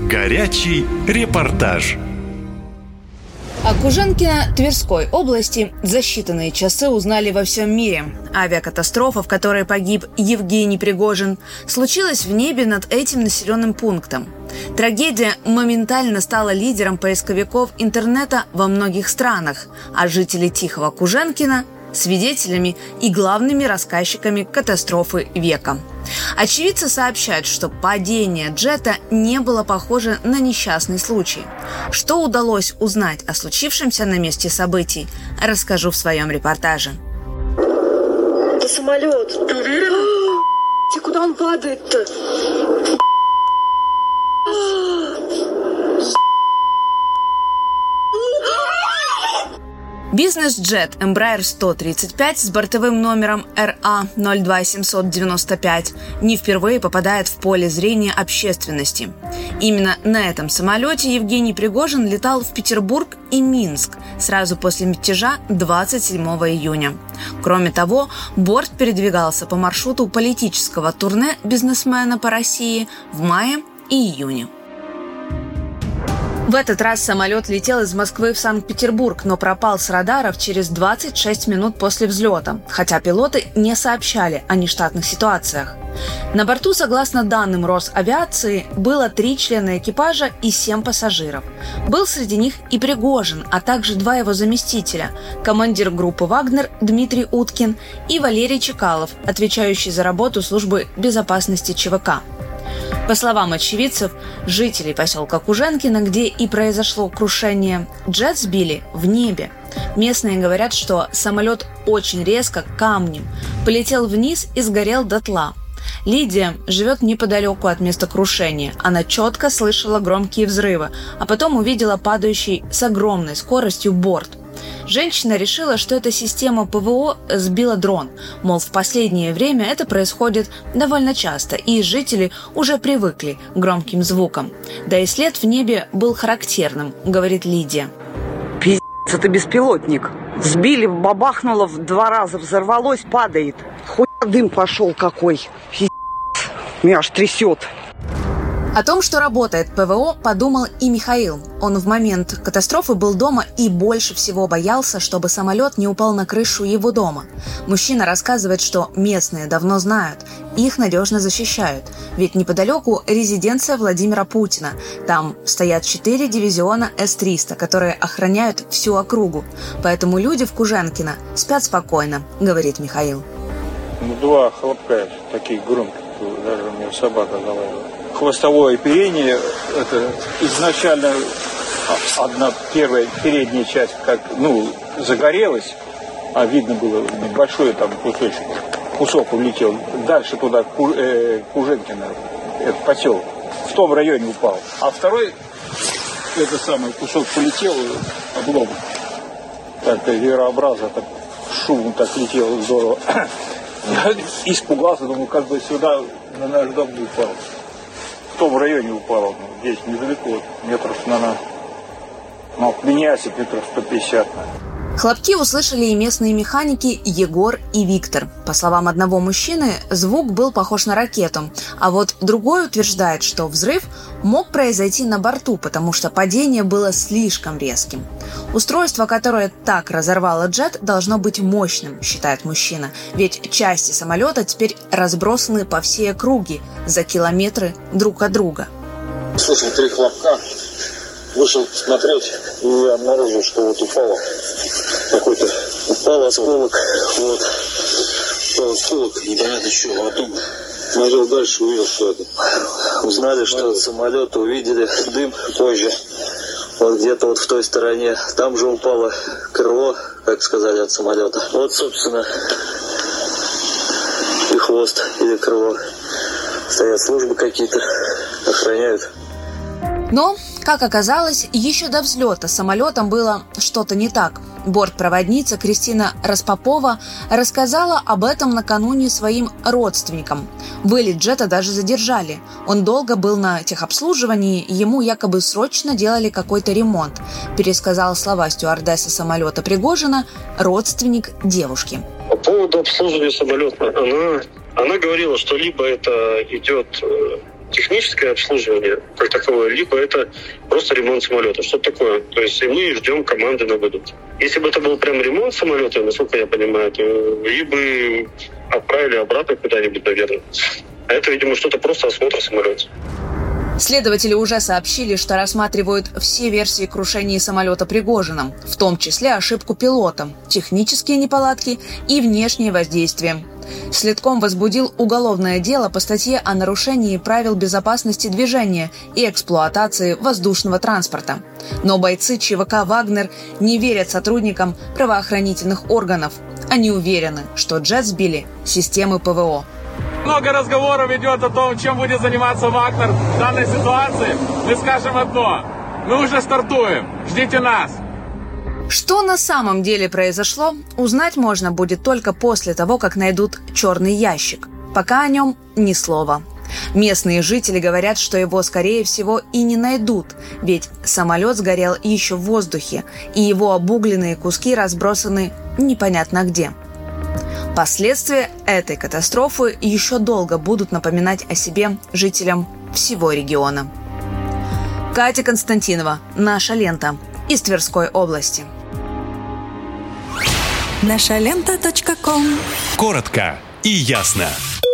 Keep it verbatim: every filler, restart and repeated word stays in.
Горячий репортаж. О Куженкино Тверской области за считанные часы узнали во всем мире. Авиакатастрофа, в которой погиб Евгений Пригожин, случилась в небе над этим населенным пунктом. Трагедия моментально стала лидером поисковиков интернета во многих странах, а жители Тихого Куженкино – свидетелями и главными рассказчиками катастрофы века. Очевидцы сообщают, что падение джета не было похоже на несчастный случай. Что удалось узнать о случившемся на месте событий, расскажу в своем репортаже. Это самолет. Ты уверена? Куда он падает-то? Бизнес-джет Embraer сто тридцать пять с бортовым номером эр а ноль два семьсот девяносто пять не впервые попадает в поле зрения общественности. Именно на этом самолете Евгений Пригожин летал в Петербург и Минск сразу после мятежа двадцать седьмого июня. Кроме того, борт передвигался по маршруту политического турне бизнесмена по России в мае и июне. В этот раз самолет летел из Москвы в Санкт-Петербург, но пропал с радаров через двадцать шесть минут после взлета, хотя пилоты не сообщали о нештатных ситуациях. На борту, согласно данным Росавиации, было три члена экипажа и семь пассажиров. Был среди них и Пригожин, а также два его заместителя – командир группы «Вагнер» Дмитрий Уткин и Валерий Чекалов, отвечающий за работу службы безопасности ЧВК. По словам очевидцев, жителей поселка Куженкино, где и произошло крушение, джет сбили в небе. Местные говорят, что самолет очень резко, камнем, полетел вниз и сгорел дотла. Лидия живет неподалеку от места крушения. Она четко слышала громкие взрывы, а потом увидела падающий с огромной скоростью борт. Женщина решила, что эта система ПВО сбила дрон. Мол, в последнее время это происходит довольно часто, и жители уже привыкли к громким звукам. Да и след в небе был характерным, говорит Лидия. Пиздец, это беспилотник. Сбили, бабахнуло в два раза, взорвалось, падает. Хуй дым пошел какой. Пиздец, меня аж трясет. О том, что работает ПВО, подумал и Михаил. Он в момент катастрофы был дома и больше всего боялся, чтобы самолет не упал на крышу его дома. Мужчина рассказывает, что местные давно знают, их надежно защищают. Ведь неподалеку резиденция Владимира Путина. Там стоят четыре дивизиона эс триста, которые охраняют всю округу. Поэтому люди в Куженкино спят спокойно, говорит Михаил. Ну, два хлопка таких громких, даже у меня собака говорила. Хвостовое оперение, это изначально одна первая передняя часть как, ну, загорелась, а видно было небольшой там кусочек, кусок улетел. Дальше туда, э, Куженкино, это поселок, в том районе упал. А второй, это самый кусок полетел, облом, так верообразно, так шумом так летел здорово. Я испугался, думаю, как бы сюда на наш дом не упал. В том районе упало, здесь недалеко, метров, наверное, ну, от меня метров сто пятьдесят. Хлопки услышали и местные механики Егор и Виктор. По словам одного мужчины, звук был похож на ракету, а вот другой утверждает, что взрыв мог произойти на борту, потому что падение было слишком резким. Устройство, которое так разорвало джет, должно быть мощным, считает мужчина, ведь части самолета теперь разбросаны по всей округе за километры друг от друга. Слышал три хлопка, вышел смотреть и обнаружил, что вот упало какой-то, упал осколок, вот, упал осколок, непонятно что, а потом смотрел дальше, увидел, что это. Узнали, что от самолета, увидели дым позже, вот где-то вот в той стороне, там же упало крыло, как сказали, от самолета. Вот, собственно, и хвост или крыло. Стоят службы какие-то, охраняют. Но, как оказалось, еще до взлета с самолетом было что-то не так. Бортпроводница Кристина Распопова рассказала об этом накануне своим родственникам. Вылет джета даже задержали. Он долго был на техобслуживании, ему якобы срочно делали какой-то ремонт, пересказал слова стюардессы самолета Пригожина родственник девушки. По поводу обслуживания самолета, она, она говорила, что либо это идет техническое обслуживание как таковое, либо это просто ремонт самолета. Что такое? То есть и мы ждем команды на вылет. Если бы это был прям ремонт самолета, насколько я понимаю, то и бы отправили обратно куда-нибудь, наверное. А это, видимо, что-то просто осмотр самолета. Следователи уже сообщили, что рассматривают все версии крушения самолета Пригожиным, в том числе ошибку пилота, технические неполадки и внешнее воздействие. Следком возбудил уголовное дело по статье о нарушении правил безопасности движения и эксплуатации воздушного транспорта. Но бойцы ЧВК «Вагнер» не верят сотрудникам правоохранительных органов. Они уверены, что джет сбили системы ПВО. Много разговоров идет о том, чем будет заниматься Вагнер в данной ситуации. Мы скажем одно. Мы уже стартуем. Ждите нас. Что на самом деле произошло, узнать можно будет только после того, как найдут черный ящик. Пока о нем ни слова. Местные жители говорят, что его, скорее всего, и не найдут, ведь самолет сгорел еще в воздухе, и его обугленные куски разбросаны непонятно где. Последствия этой катастрофы еще долго будут напоминать о себе жителям всего региона. Катя Константинова, «Наша лента», из Тверской области. наша лента точка ком. Коротко и ясно.